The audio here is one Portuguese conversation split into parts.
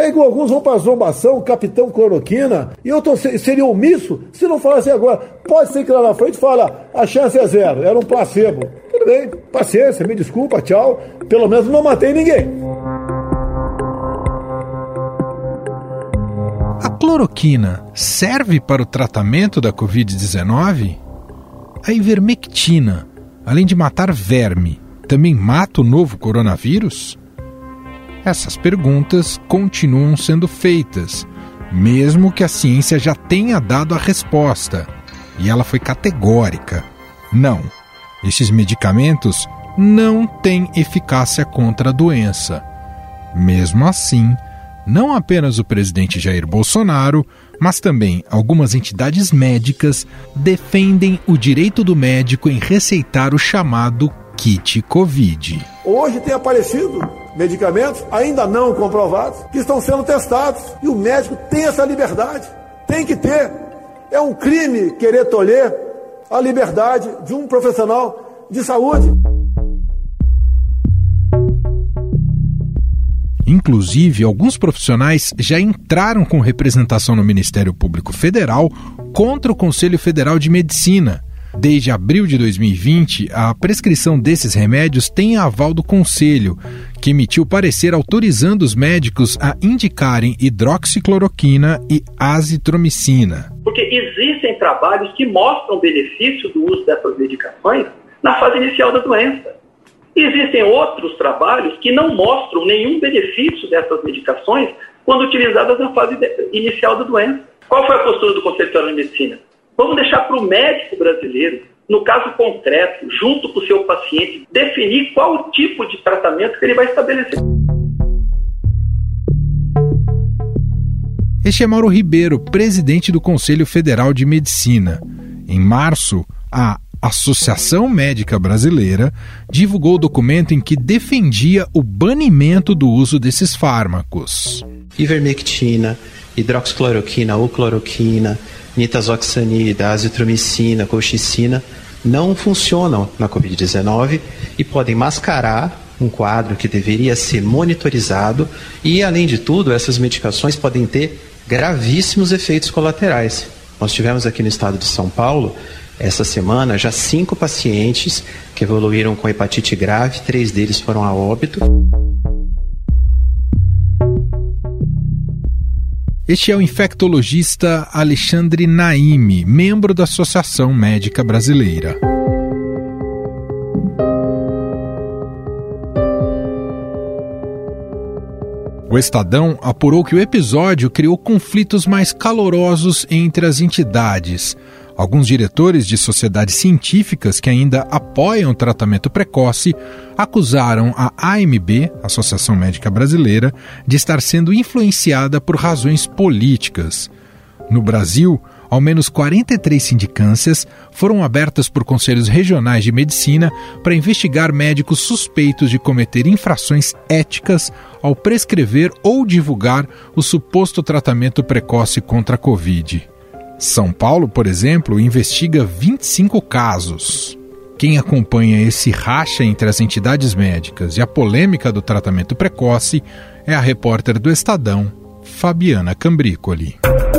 Aí alguns vão para a zombação, capitão cloroquina, e eu seria omisso se não falasse agora. Pode ser que lá na frente fala, a chance é zero, era um placebo. Tudo bem, paciência, me desculpa, tchau. Pelo menos não matei ninguém. A cloroquina serve para o tratamento da Covid-19? A ivermectina, além de matar verme, também mata o novo coronavírus? Essas perguntas continuam sendo feitas, mesmo que a ciência já tenha dado a resposta. E ela foi categórica. Não, esses medicamentos não têm eficácia contra a doença. Mesmo assim, não apenas o presidente Jair Bolsonaro, mas também algumas entidades médicas defendem o direito do médico em receitar o chamado kit Covid. Hoje tem aparecido medicamentos ainda não comprovados que estão sendo testados e o médico tem essa liberdade, tem que ter. É um crime querer tolher a liberdade de um profissional de saúde. Inclusive, alguns profissionais já entraram com representação no Ministério Público Federal contra o Conselho Federal de Medicina. Desde abril de 2020, a prescrição desses remédios tem aval do Conselho, que emitiu parecer autorizando os médicos a indicarem hidroxicloroquina e azitromicina. Porque existem trabalhos que mostram o benefício do uso dessas medicações na fase inicial da doença. Existem outros trabalhos que não mostram nenhum benefício dessas medicações quando utilizadas na fase inicial da doença. Qual foi a postura do Conselho Federal de Medicina? Vamos deixar para o médico brasileiro, no caso concreto, junto com o seu paciente, definir qual o tipo de tratamento que ele vai estabelecer. Este é Mauro Ribeiro, presidente do Conselho Federal de Medicina. Em março, a Associação Médica Brasileira divulgou o documento em que defendia o banimento do uso desses fármacos. Ivermectina, hidroxicloroquina ou cloroquina, nitazoxanida, azitromicina, colchicina não funcionam na Covid-19 e podem mascarar um quadro que deveria ser monitorizado e, além de tudo, essas medicações podem ter gravíssimos efeitos colaterais. Nós tivemos aqui no estado de São Paulo, essa semana, já 5 pacientes que evoluíram com hepatite grave, 3 deles foram a óbito. Este é o infectologista Alexandre Naime, membro da Associação Médica Brasileira. O Estadão apurou que o episódio criou conflitos mais calorosos entre as entidades. Alguns diretores de sociedades científicas que ainda apoiam o tratamento precoce acusaram a AMB, Associação Médica Brasileira, de estar sendo influenciada por razões políticas. No Brasil, ao menos 43 sindicâncias foram abertas por conselhos regionais de medicina para investigar médicos suspeitos de cometer infrações éticas ao prescrever ou divulgar o suposto tratamento precoce contra a Covid. São Paulo, por exemplo, investiga 25 casos. Quem acompanha esse racha entre as entidades médicas e a polêmica do tratamento precoce é a repórter do Estadão, Fabiana Cambricoli.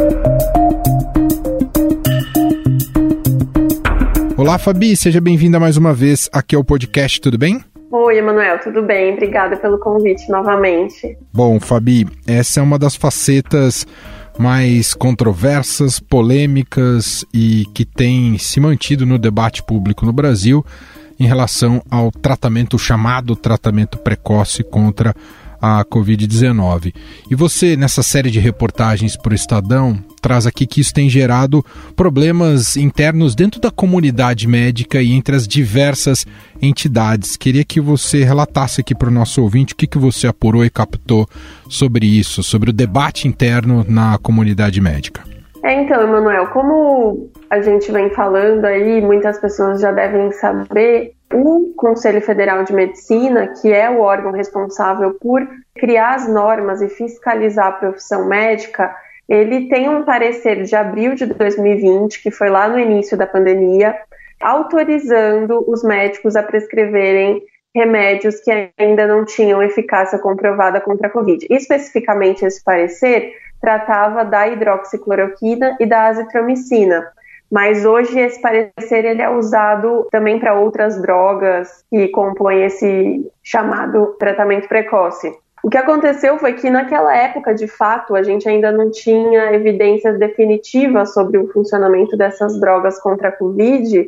Olá, Fabi, seja bem-vinda mais uma vez aqui ao podcast, tudo bem? Oi, Emanuel, tudo bem? Obrigada pelo convite novamente. Bom, Fabi, essa é uma das facetas mais controversas, polêmicas e que tem se mantido no debate público no Brasil em relação ao tratamento, chamado tratamento precoce contra a Covid-19. E você, nessa série de reportagens para o Estadão, traz aqui que isso tem gerado problemas internos dentro da comunidade médica e entre as diversas entidades. Queria que você relatasse aqui para o nosso ouvinte o que você apurou e captou sobre isso, sobre o debate interno na comunidade médica. Então, Emanuel, como a gente vem falando aí, muitas pessoas já devem saber, o Conselho Federal de Medicina, que é o órgão responsável por criar as normas e fiscalizar a profissão médica, ele tem um parecer de abril de 2020, que foi lá no início da pandemia, autorizando os médicos a prescreverem remédios que ainda não tinham eficácia comprovada contra a Covid. Especificamente, esse parecer tratava da hidroxicloroquina e da azitromicina. Mas hoje esse parecer ele é usado também para outras drogas que compõem esse chamado tratamento precoce. O que aconteceu foi que naquela época, de fato, a gente ainda não tinha evidências definitivas sobre o funcionamento dessas drogas contra a Covid.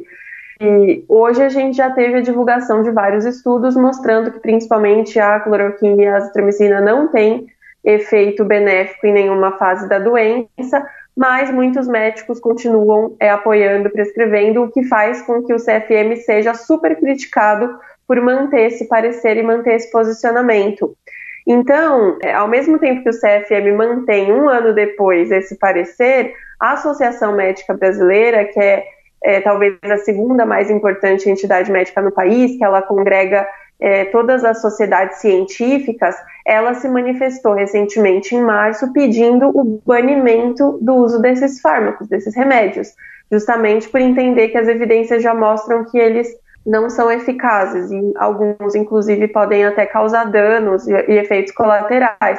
E hoje a gente já teve a divulgação de vários estudos mostrando que principalmente a cloroquina e a azitromicina não têm efeito benéfico em nenhuma fase da doença, mas muitos médicos continuam apoiando, prescrevendo, o que faz com que o CFM seja super criticado por manter esse parecer e manter esse posicionamento. Então, ao mesmo tempo que o CFM mantém, um ano depois, esse parecer, a Associação Médica Brasileira, que é talvez a segunda mais importante entidade médica no país, que ela congrega todas as sociedades científicas, ela se manifestou recentemente em março pedindo o banimento do uso desses fármacos, desses remédios, justamente por entender que as evidências já mostram que eles não são eficazes e alguns, inclusive, podem até causar danos e efeitos colaterais.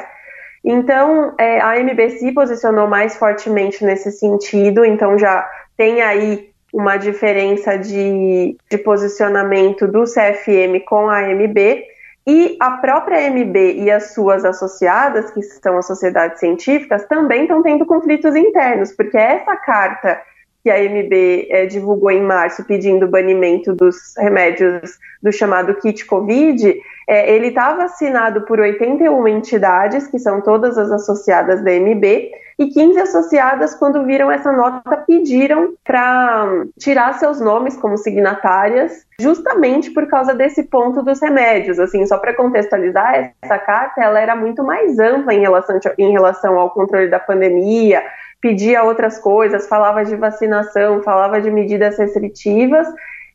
Então, a AMB se posicionou mais fortemente nesse sentido, então já tem aí uma diferença de posicionamento do CFM com a AMB, e a própria AMB e as suas associadas, que são as sociedades científicas, também estão tendo conflitos internos, porque essa carta que a AMB divulgou em março pedindo o banimento dos remédios do chamado kit Covid, ele estava assinado por 81 entidades, que são todas as associadas da AMB, e 15 associadas, quando viram essa nota, pediram para tirar seus nomes como signatárias, justamente por causa desse ponto dos remédios. Assim, só para contextualizar, essa carta ela era muito mais ampla em relação ao controle da pandemia, pedia outras coisas, falava de vacinação, falava de medidas restritivas,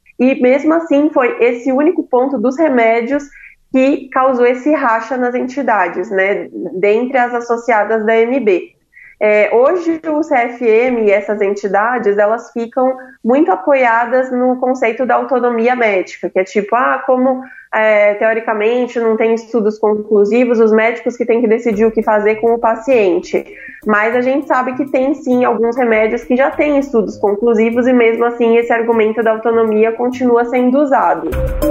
e mesmo assim foi esse único ponto dos remédios que causou esse racha nas entidades, né, dentre as associadas da AMB. Hoje o CFM e essas entidades, elas ficam muito apoiadas no conceito da autonomia médica, que é tipo, como teoricamente não tem estudos conclusivos, os médicos que têm que decidir o que fazer com o paciente. Mas a gente sabe que tem sim alguns remédios que já têm estudos conclusivos e mesmo assim esse argumento da autonomia continua sendo usado.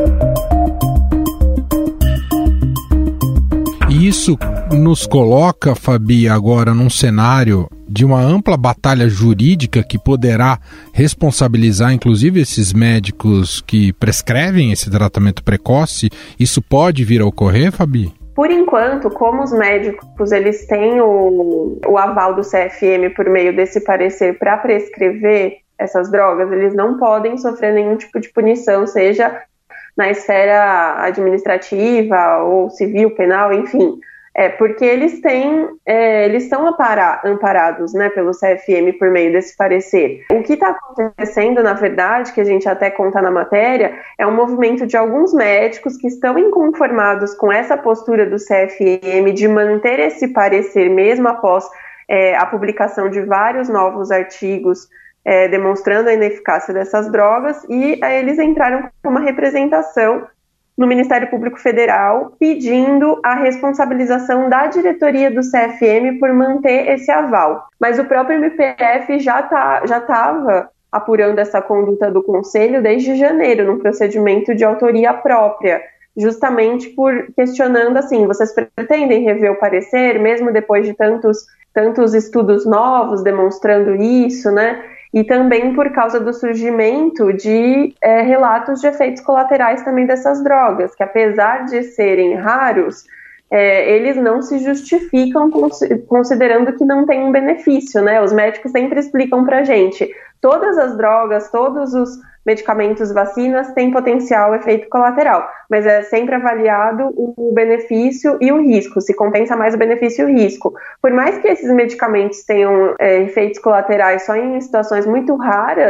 E isso nos coloca, Fabi, agora num cenário de uma ampla batalha jurídica que poderá responsabilizar, inclusive, esses médicos que prescrevem esse tratamento precoce. Isso pode vir a ocorrer, Fabi? Por enquanto, como os médicos eles têm o aval do CFM por meio desse parecer para prescrever essas drogas, eles não podem sofrer nenhum tipo de punição, seja na esfera administrativa ou civil, penal, enfim, porque eles estão amparados, né, pelo CFM por meio desse parecer. O que está acontecendo, na verdade, que a gente até conta na matéria, é um movimento de alguns médicos que estão inconformados com essa postura do CFM de manter esse parecer mesmo após a publicação de vários novos artigos demonstrando a ineficácia dessas drogas, e eles entraram com uma representação no Ministério Público Federal pedindo a responsabilização da diretoria do CFM por manter esse aval. Mas o próprio MPF já estava apurando essa conduta do Conselho desde janeiro, num procedimento de autoria própria, justamente por questionando assim, vocês pretendem rever o parecer, mesmo depois de tantos estudos novos demonstrando isso, né? E também por causa do surgimento de relatos de efeitos colaterais também dessas drogas, que apesar de serem raros, eles não se justificam considerando que não tem um benefício, né? Os médicos sempre explicam pra gente, todas as drogas, todos os medicamentos, vacinas têm potencial efeito colateral, mas é sempre avaliado o benefício e o risco, se compensa mais o benefício e o risco. Por mais que esses medicamentos tenham efeitos colaterais só em situações muito raras,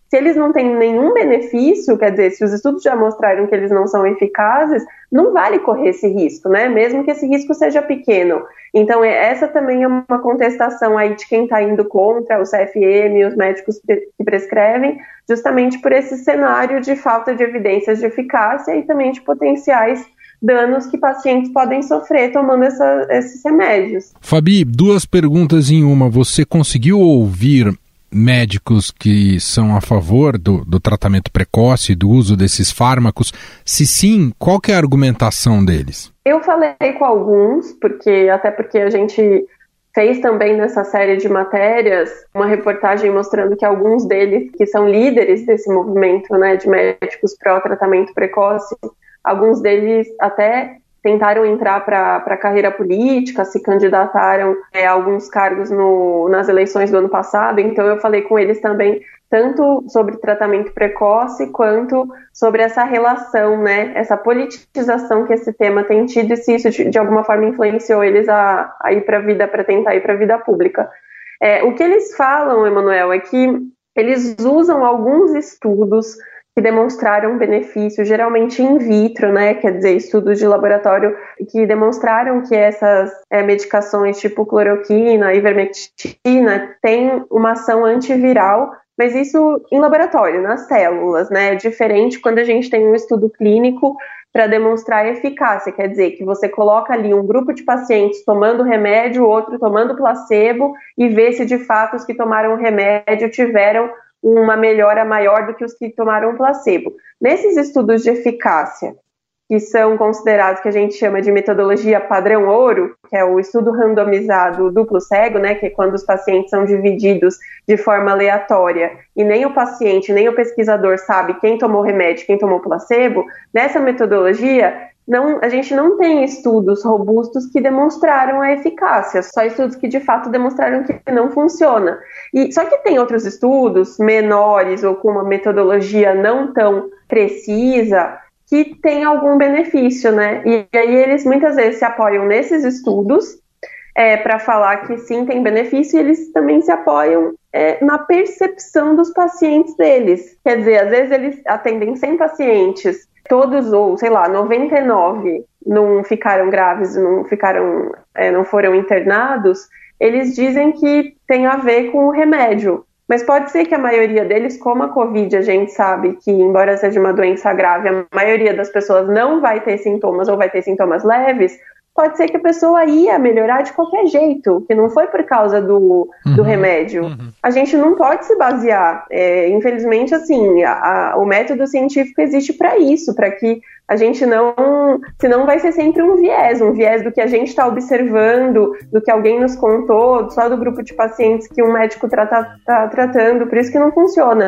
Se eles não têm nenhum benefício, quer dizer, se os estudos já mostraram que eles não são eficazes, não vale correr esse risco, né? Mesmo que esse risco seja pequeno. Então, essa também é uma contestação aí de quem está indo contra o CFM e os médicos que prescrevem, justamente por esse cenário de falta de evidências de eficácia e também de potenciais danos que pacientes podem sofrer tomando esses remédios. Fabi, 2 perguntas em uma. Você conseguiu ouvir médicos que são a favor do tratamento precoce, do uso desses fármacos? Se sim, qual que é a argumentação deles? Eu falei com alguns, até porque a gente fez também nessa série de matérias uma reportagem mostrando que alguns deles, que são líderes desse movimento, né, de médicos pró-tratamento precoce, alguns deles até tentaram entrar para a carreira política, se candidataram a alguns cargos nas eleições do ano passado, então eu falei com eles também tanto sobre tratamento precoce quanto sobre essa relação, né, essa politização que esse tema tem tido e se isso de alguma forma influenciou eles a ir para a vida, para tentar ir para a vida pública. O que eles falam, Emanuel, é que eles usam alguns estudos que demonstraram benefício, geralmente in vitro, né, quer dizer, estudos de laboratório que demonstraram que essas medicações tipo cloroquina, ivermectina, têm uma ação antiviral, mas isso em laboratório, nas células, né, é diferente quando a gente tem um estudo clínico para demonstrar eficácia, quer dizer, que você coloca ali um grupo de pacientes tomando remédio, outro tomando placebo e vê se de fato os que tomaram o remédio tiveram uma melhora maior do que os que tomaram placebo. Nesses estudos de eficácia, que são considerados, que a gente chama de metodologia padrão ouro, que é o estudo randomizado duplo cego, né, que é quando os pacientes são divididos de forma aleatória e nem o paciente, nem o pesquisador sabe quem tomou remédio, quem tomou placebo, nessa metodologia, a gente não tem estudos robustos que demonstraram a eficácia, só estudos que de fato demonstraram que não funciona. Só que tem outros estudos menores ou com uma metodologia não tão precisa que tem algum benefício, né? E aí eles muitas vezes se apoiam nesses estudos para falar que sim, tem benefício, e eles também se apoiam na percepção dos pacientes deles. Quer dizer, às vezes eles atendem 100 pacientes, todos, ou sei lá, 99 não ficaram graves, não foram internados, eles dizem que tem a ver com o remédio. Mas pode ser que a maioria deles, como a Covid, a gente sabe que, embora seja uma doença grave, a maioria das pessoas não vai ter sintomas ou vai ter sintomas leves, pode ser que a pessoa ia melhorar de qualquer jeito, que não foi por causa do remédio. A gente não pode se basear. Infelizmente, assim, o método científico existe para isso, para que a gente não... Senão vai ser sempre um viés do que a gente está observando, do que alguém nos contou, só do grupo de pacientes que um médico está tratando, por isso que não funciona.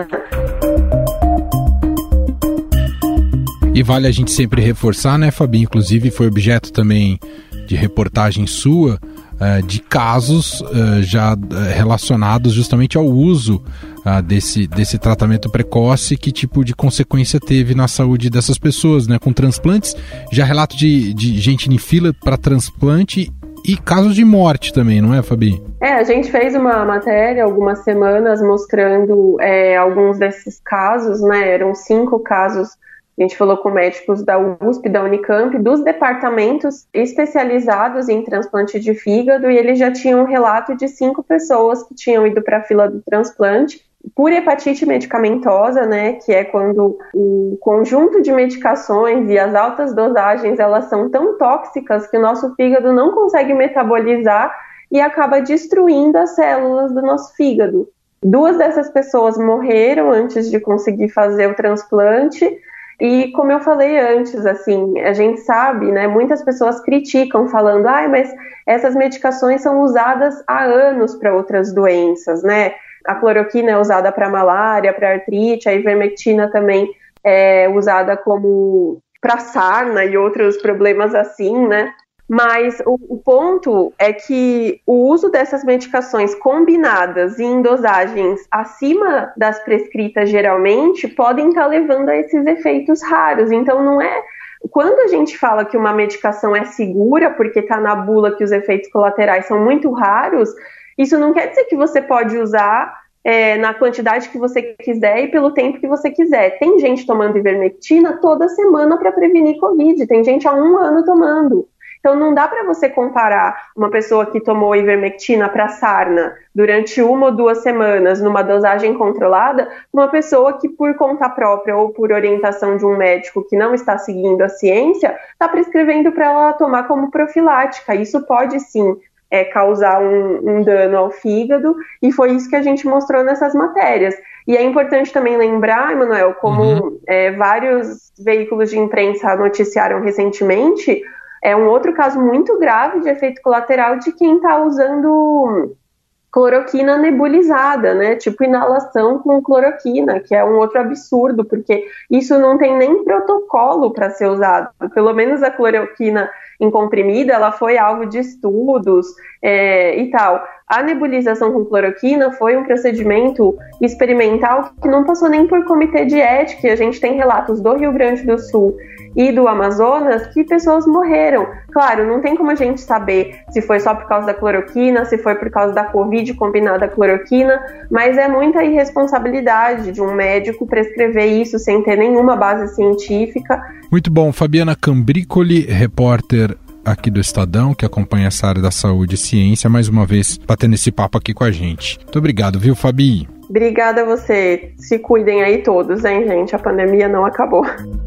E vale a gente sempre reforçar, né, Fabi? Inclusive foi objeto também de reportagem sua, de casos já relacionados justamente ao uso desse tratamento precoce, que tipo de consequência teve na saúde dessas pessoas, né? Com transplantes, já relato de gente em fila para transplante e casos de morte também, não é, Fabi? A gente fez uma matéria algumas semanas mostrando alguns desses casos, né? Eram 5 casos. A gente falou com médicos da USP, da Unicamp, dos departamentos especializados em transplante de fígado, e eles já tinham um relato de 5 pessoas que tinham ido para a fila do transplante por hepatite medicamentosa, né, que é quando o conjunto de medicações e as altas dosagens, elas são tão tóxicas que o nosso fígado não consegue metabolizar e acaba destruindo as células do nosso fígado. 2 dessas pessoas morreram antes de conseguir fazer o transplante. E como eu falei antes, assim, a gente sabe, né, muitas pessoas criticam falando, mas essas medicações são usadas há anos para outras doenças, né? A cloroquina é usada para malária, para artrite, a ivermectina também é usada como para sarna e outros problemas assim, né? Mas o ponto é que o uso dessas medicações combinadas e em dosagens acima das prescritas geralmente podem estar levando a esses efeitos raros. Então não é... Quando a gente fala que uma medicação é segura porque está na bula que os efeitos colaterais são muito raros, isso não quer dizer que você pode usar na quantidade que você quiser e pelo tempo que você quiser. Tem gente tomando ivermectina toda semana para prevenir Covid, tem gente há 1 ano tomando. Então não dá para você comparar uma pessoa que tomou ivermectina para sarna durante 1 ou 2 semanas numa dosagem controlada com uma pessoa que por conta própria ou por orientação de um médico que não está seguindo a ciência está prescrevendo para ela tomar como profilática. Isso pode sim causar um dano ao fígado, e foi isso que a gente mostrou nessas matérias. E é importante também lembrar, Emanuel, como vários veículos de imprensa noticiaram recentemente, é um outro caso muito grave de efeito colateral de quem está usando cloroquina nebulizada, né? Tipo inalação com cloroquina, que é um outro absurdo, porque isso não tem nem protocolo para ser usado. Pelo menos a cloroquina em comprimida, ela foi alvo de estudos e tal. A nebulização com cloroquina foi um procedimento experimental que não passou nem por comitê de ética, e a gente tem relatos do Rio Grande do Sul e do Amazonas que pessoas morreram. Claro, não tem como a gente saber se foi só por causa da cloroquina, se foi por causa da Covid combinada à cloroquina, mas é muita irresponsabilidade de um médico prescrever isso sem ter nenhuma base científica. Muito bom. Fabiana Cambricoli, repórter aqui do Estadão, que acompanha essa área da saúde e ciência, mais uma vez batendo esse papo aqui com a gente. Muito obrigado, viu, Fabi? Obrigada a você. Se cuidem aí todos, hein, gente? A pandemia não acabou.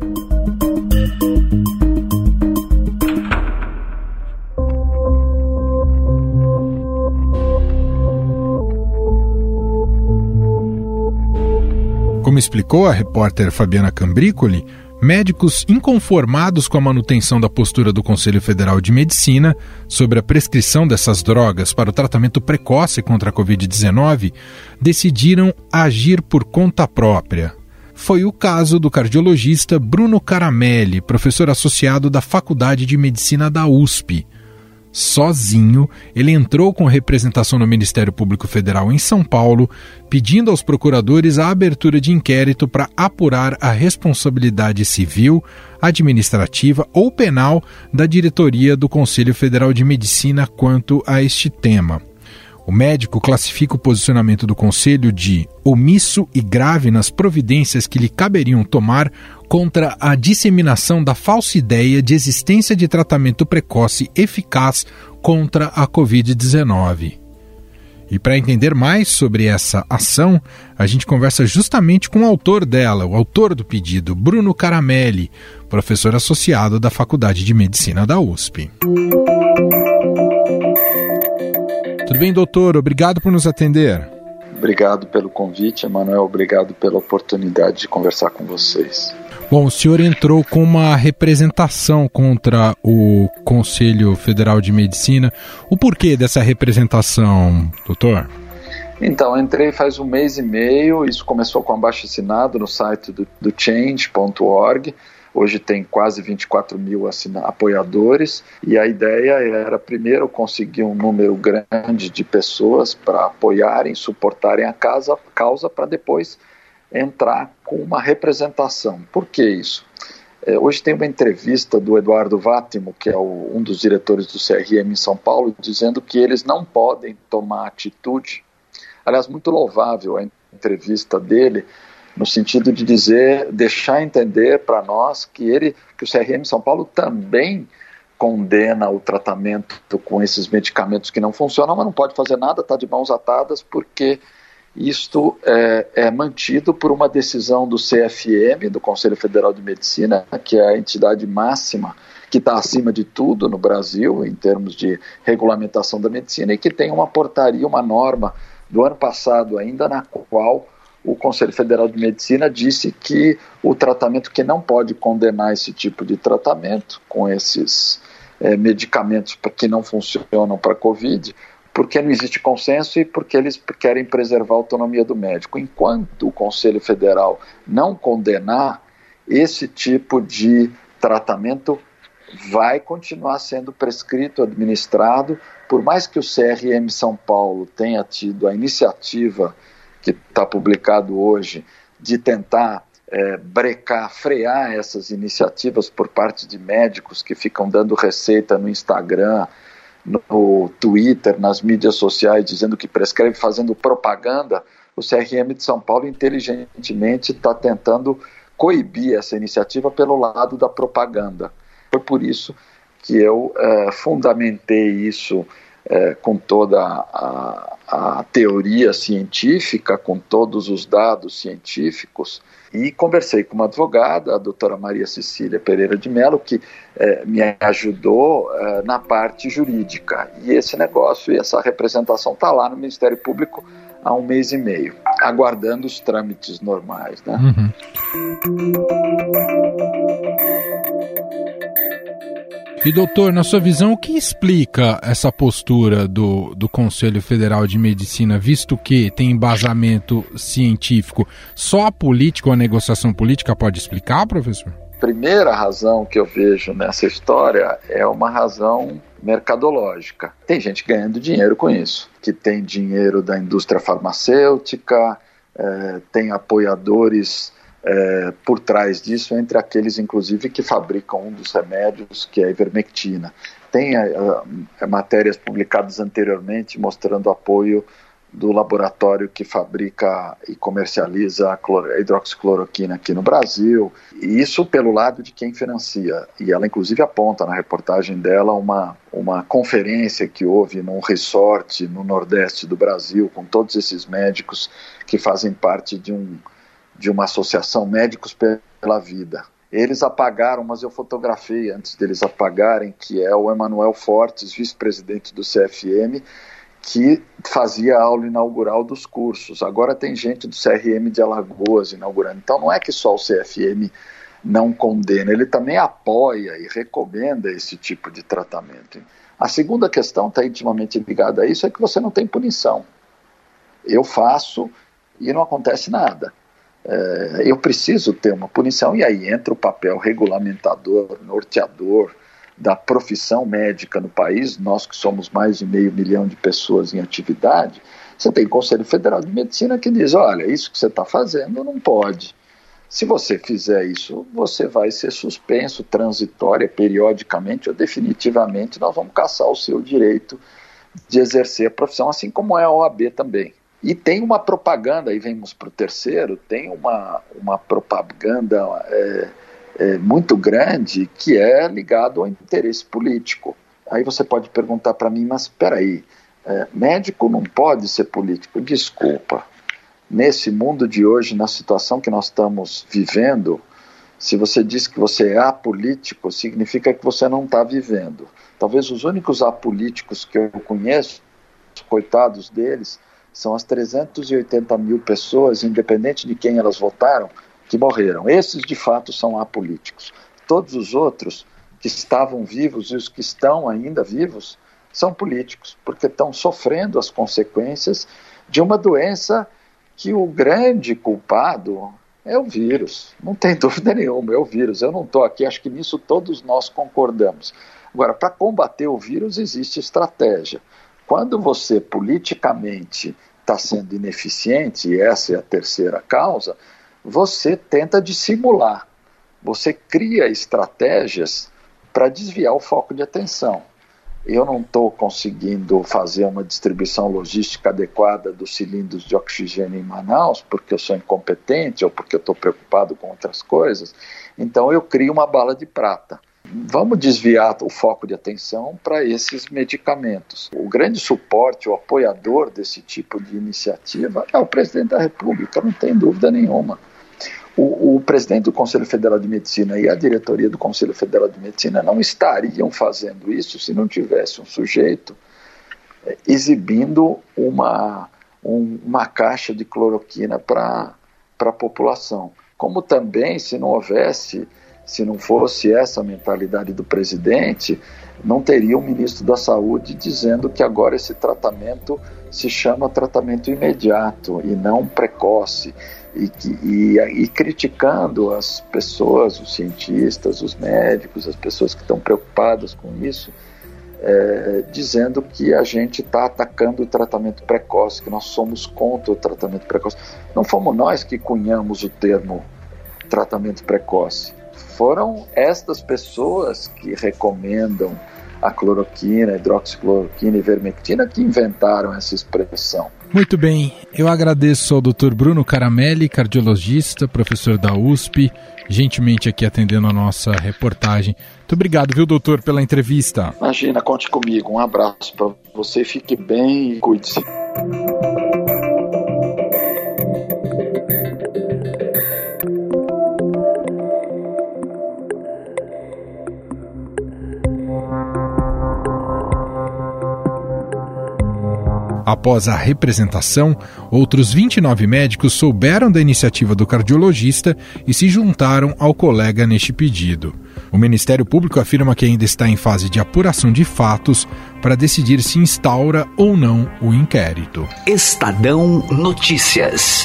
Como explicou a repórter Fabiana Cambricoli, médicos inconformados com a manutenção da postura do Conselho Federal de Medicina sobre a prescrição dessas drogas para o tratamento precoce contra a Covid-19 decidiram agir por conta própria. Foi o caso do cardiologista Bruno Caramelli, professor associado da Faculdade de Medicina da USP. Sozinho, ele entrou com representação no Ministério Público Federal em São Paulo, pedindo aos procuradores a abertura de inquérito para apurar a responsabilidade civil, administrativa ou penal da diretoria do Conselho Federal de Medicina quanto a este tema. O médico classifica o posicionamento do Conselho de omisso e grave nas providências que lhe caberiam tomar contra a disseminação da falsa ideia de existência de tratamento precoce eficaz contra a Covid-19. E para entender mais sobre essa ação, a gente conversa justamente com o autor dela, o autor do pedido, Bruno Caramelli, professor associado da Faculdade de Medicina da USP. Tudo bem, doutor? Obrigado por nos atender. Obrigado pelo convite, Emanuel. Obrigado pela oportunidade de conversar com vocês. Bom, o senhor entrou com uma representação contra o Conselho Federal de Medicina. O porquê dessa representação, doutor? Então, entrei faz 1 mês e meio. Isso começou com abaixo-assinado no site do change.org. Hoje tem quase 24 mil apoiadores, e a ideia era primeiro conseguir um número grande de pessoas para apoiarem, suportarem a causa para depois entrar com uma representação. Por que isso? Hoje tem uma entrevista do Eduardo Vátimo, que é um dos diretores do CRM em São Paulo, dizendo que eles não podem tomar atitude. Aliás, muito louvável a entrevista dele, no sentido de deixar entender para nós que o CRM São Paulo também condena o tratamento com esses medicamentos que não funcionam, mas não pode fazer nada, está de mãos atadas, porque isto é mantido por uma decisão do CFM, do Conselho Federal de Medicina, que é a entidade máxima que está acima de tudo no Brasil, em termos de regulamentação da medicina, e que tem uma portaria, uma norma do ano passado ainda, na qual o Conselho Federal de Medicina disse que o tratamento, que não pode condenar esse tipo de tratamento com esses medicamentos que não funcionam para a Covid, porque não existe consenso e porque eles querem preservar a autonomia do médico. Enquanto o Conselho Federal não condenar, esse tipo de tratamento vai continuar sendo prescrito, administrado, por mais que o CRM São Paulo tenha tido a iniciativa que está publicado hoje, de tentar frear essas iniciativas por parte de médicos que ficam dando receita no Instagram, no Twitter, nas mídias sociais, dizendo que prescreve, fazendo propaganda o CRM de São Paulo inteligentemente está tentando coibir essa iniciativa pelo lado da propaganda. Foi por isso que eu fundamentei isso com toda a teoria científica, com todos os dados científicos, e conversei com uma advogada, a doutora Maria Cecília Pereira de Mello, que me ajudou na parte jurídica. E esse negócio e essa representação está lá no Ministério Público há 1 mês e meio, aguardando os trâmites normais, né? Uhum. E doutor, na sua visão, o que explica essa postura do Conselho Federal de Medicina, visto que tem embasamento científico? Só a política ou a negociação política pode explicar, professor? Primeira razão que eu vejo nessa história é uma razão mercadológica. Tem gente ganhando dinheiro com isso, que tem dinheiro da indústria farmacêutica, tem apoiadores por trás disso, entre aqueles inclusive que fabricam um dos remédios, que é a ivermectina. Tem matérias publicadas anteriormente mostrando apoio do laboratório que fabrica e comercializa a hidroxicloroquina aqui no Brasil, e isso pelo lado de quem financia. E ela inclusive aponta na reportagem dela uma conferência que houve num resort no Nordeste do Brasil, com todos esses médicos que fazem parte de uma associação Médicos pela Vida. Eles apagaram, mas eu fotografei antes deles apagarem, que é o Emanuel Fortes, vice-presidente do CFM, que fazia a aula inaugural dos cursos. Agora tem gente do CRM de Alagoas inaugurando. Então não é que só o CFM não condena, ele também apoia e recomenda esse tipo de tratamento. A segunda questão está intimamente ligada a isso, é que você não tem punição. Eu faço e não acontece nada. Eu preciso ter uma punição, e aí entra o papel regulamentador, norteador da profissão médica no país. Nós que somos mais de 500 mil de pessoas em atividade, você tem o Conselho Federal de Medicina que diz, olha, isso que você está fazendo não pode. Se você fizer isso, você vai ser suspenso transitória, periodicamente ou definitivamente, nós vamos cassar o seu direito de exercer a profissão, assim como é a OAB também. E tem uma propaganda, aí vemos para o terceiro, tem uma propaganda muito grande que é ligado ao interesse político. Aí você pode perguntar para mim, mas espera aí, médico não pode ser político? Desculpa, nesse mundo de hoje, na situação que nós estamos vivendo, se você diz que você é apolítico, significa que você não está vivendo. Talvez os únicos apolíticos que eu conheço, coitados deles, são as 380 mil pessoas, independente de quem elas votaram, que morreram. Esses, de fato, são apolíticos. Todos os outros que estavam vivos e os que estão ainda vivos são políticos, porque estão sofrendo as consequências de uma doença que o grande culpado é o vírus. Não tem dúvida nenhuma, é o vírus. Eu não estou aqui, acho que nisso todos nós concordamos. Agora, para combater o vírus existe estratégia. Quando você politicamente está sendo ineficiente, e essa é a terceira causa, você tenta dissimular, você cria estratégias para desviar o foco de atenção. Eu não estou conseguindo fazer uma distribuição logística adequada dos cilindros de oxigênio em Manaus, porque eu sou incompetente ou porque eu estou preocupado com outras coisas, então eu crio uma bala de prata. Vamos desviar o foco de atenção para esses medicamentos. O grande suporte, o apoiador desse tipo de iniciativa é o presidente da República, não tem dúvida nenhuma. O presidente do Conselho Federal de Medicina e a diretoria do Conselho Federal de Medicina não estariam fazendo isso se não tivesse um sujeito exibindo uma caixa de cloroquina para a população. Como também, se não fosse essa mentalidade do presidente, não teria um ministro da Saúde dizendo que agora esse tratamento se chama tratamento imediato e não precoce, e criticando as pessoas, os cientistas, os médicos, as pessoas que estão preocupadas com isso, dizendo que a gente está atacando o tratamento precoce, que nós somos contra o tratamento precoce. Não fomos nós que cunhamos o termo tratamento precoce. Foram estas pessoas que recomendam a cloroquina, a hidroxicloroquina e ivermectina que inventaram essa expressão. Muito bem, eu agradeço ao Dr. Bruno Caramelli, cardiologista, professor da USP, gentilmente aqui atendendo a nossa reportagem. Muito obrigado, viu, doutor, pela entrevista. Imagina, conte comigo. Um abraço para você, fique bem e cuide-se. Após a representação, outros 29 médicos souberam da iniciativa do cardiologista e se juntaram ao colega neste pedido. O Ministério Público afirma que ainda está em fase de apuração de fatos para decidir se instaura ou não o inquérito. Estadão Notícias.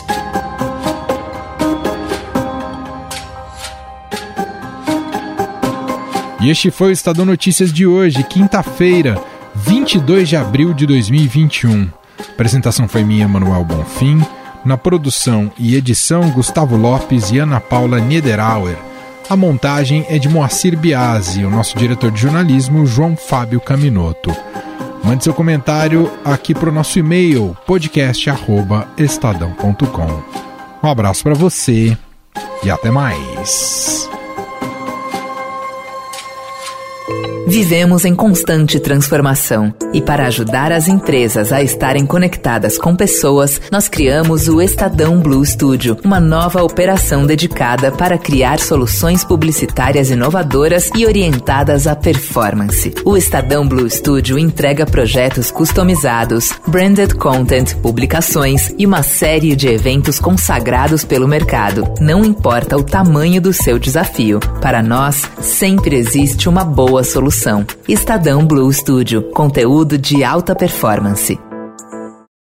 E este foi o Estadão Notícias de hoje, quinta-feira, 22 de abril de 2021. A apresentação foi minha, Manuel Bonfim. Na produção e edição, Gustavo Lopes e Ana Paula Niederauer. A montagem é de Moacir Biasi, o nosso diretor de jornalismo, João Fábio Caminoto. Mande seu comentário aqui para o nosso e-mail, podcast@estadão.com. Um abraço para você e até mais. Vivemos em constante transformação e para ajudar as empresas a estarem conectadas com pessoas, nós criamos o Estadão Blue Studio, uma nova operação dedicada para criar soluções publicitárias inovadoras e orientadas à performance. O Estadão Blue Studio entrega projetos customizados, branded content, publicações e uma série de eventos consagrados pelo mercado. Não importa o tamanho do seu desafio, para nós sempre existe uma boa solução. Estadão Blue Studio, conteúdo de alta performance.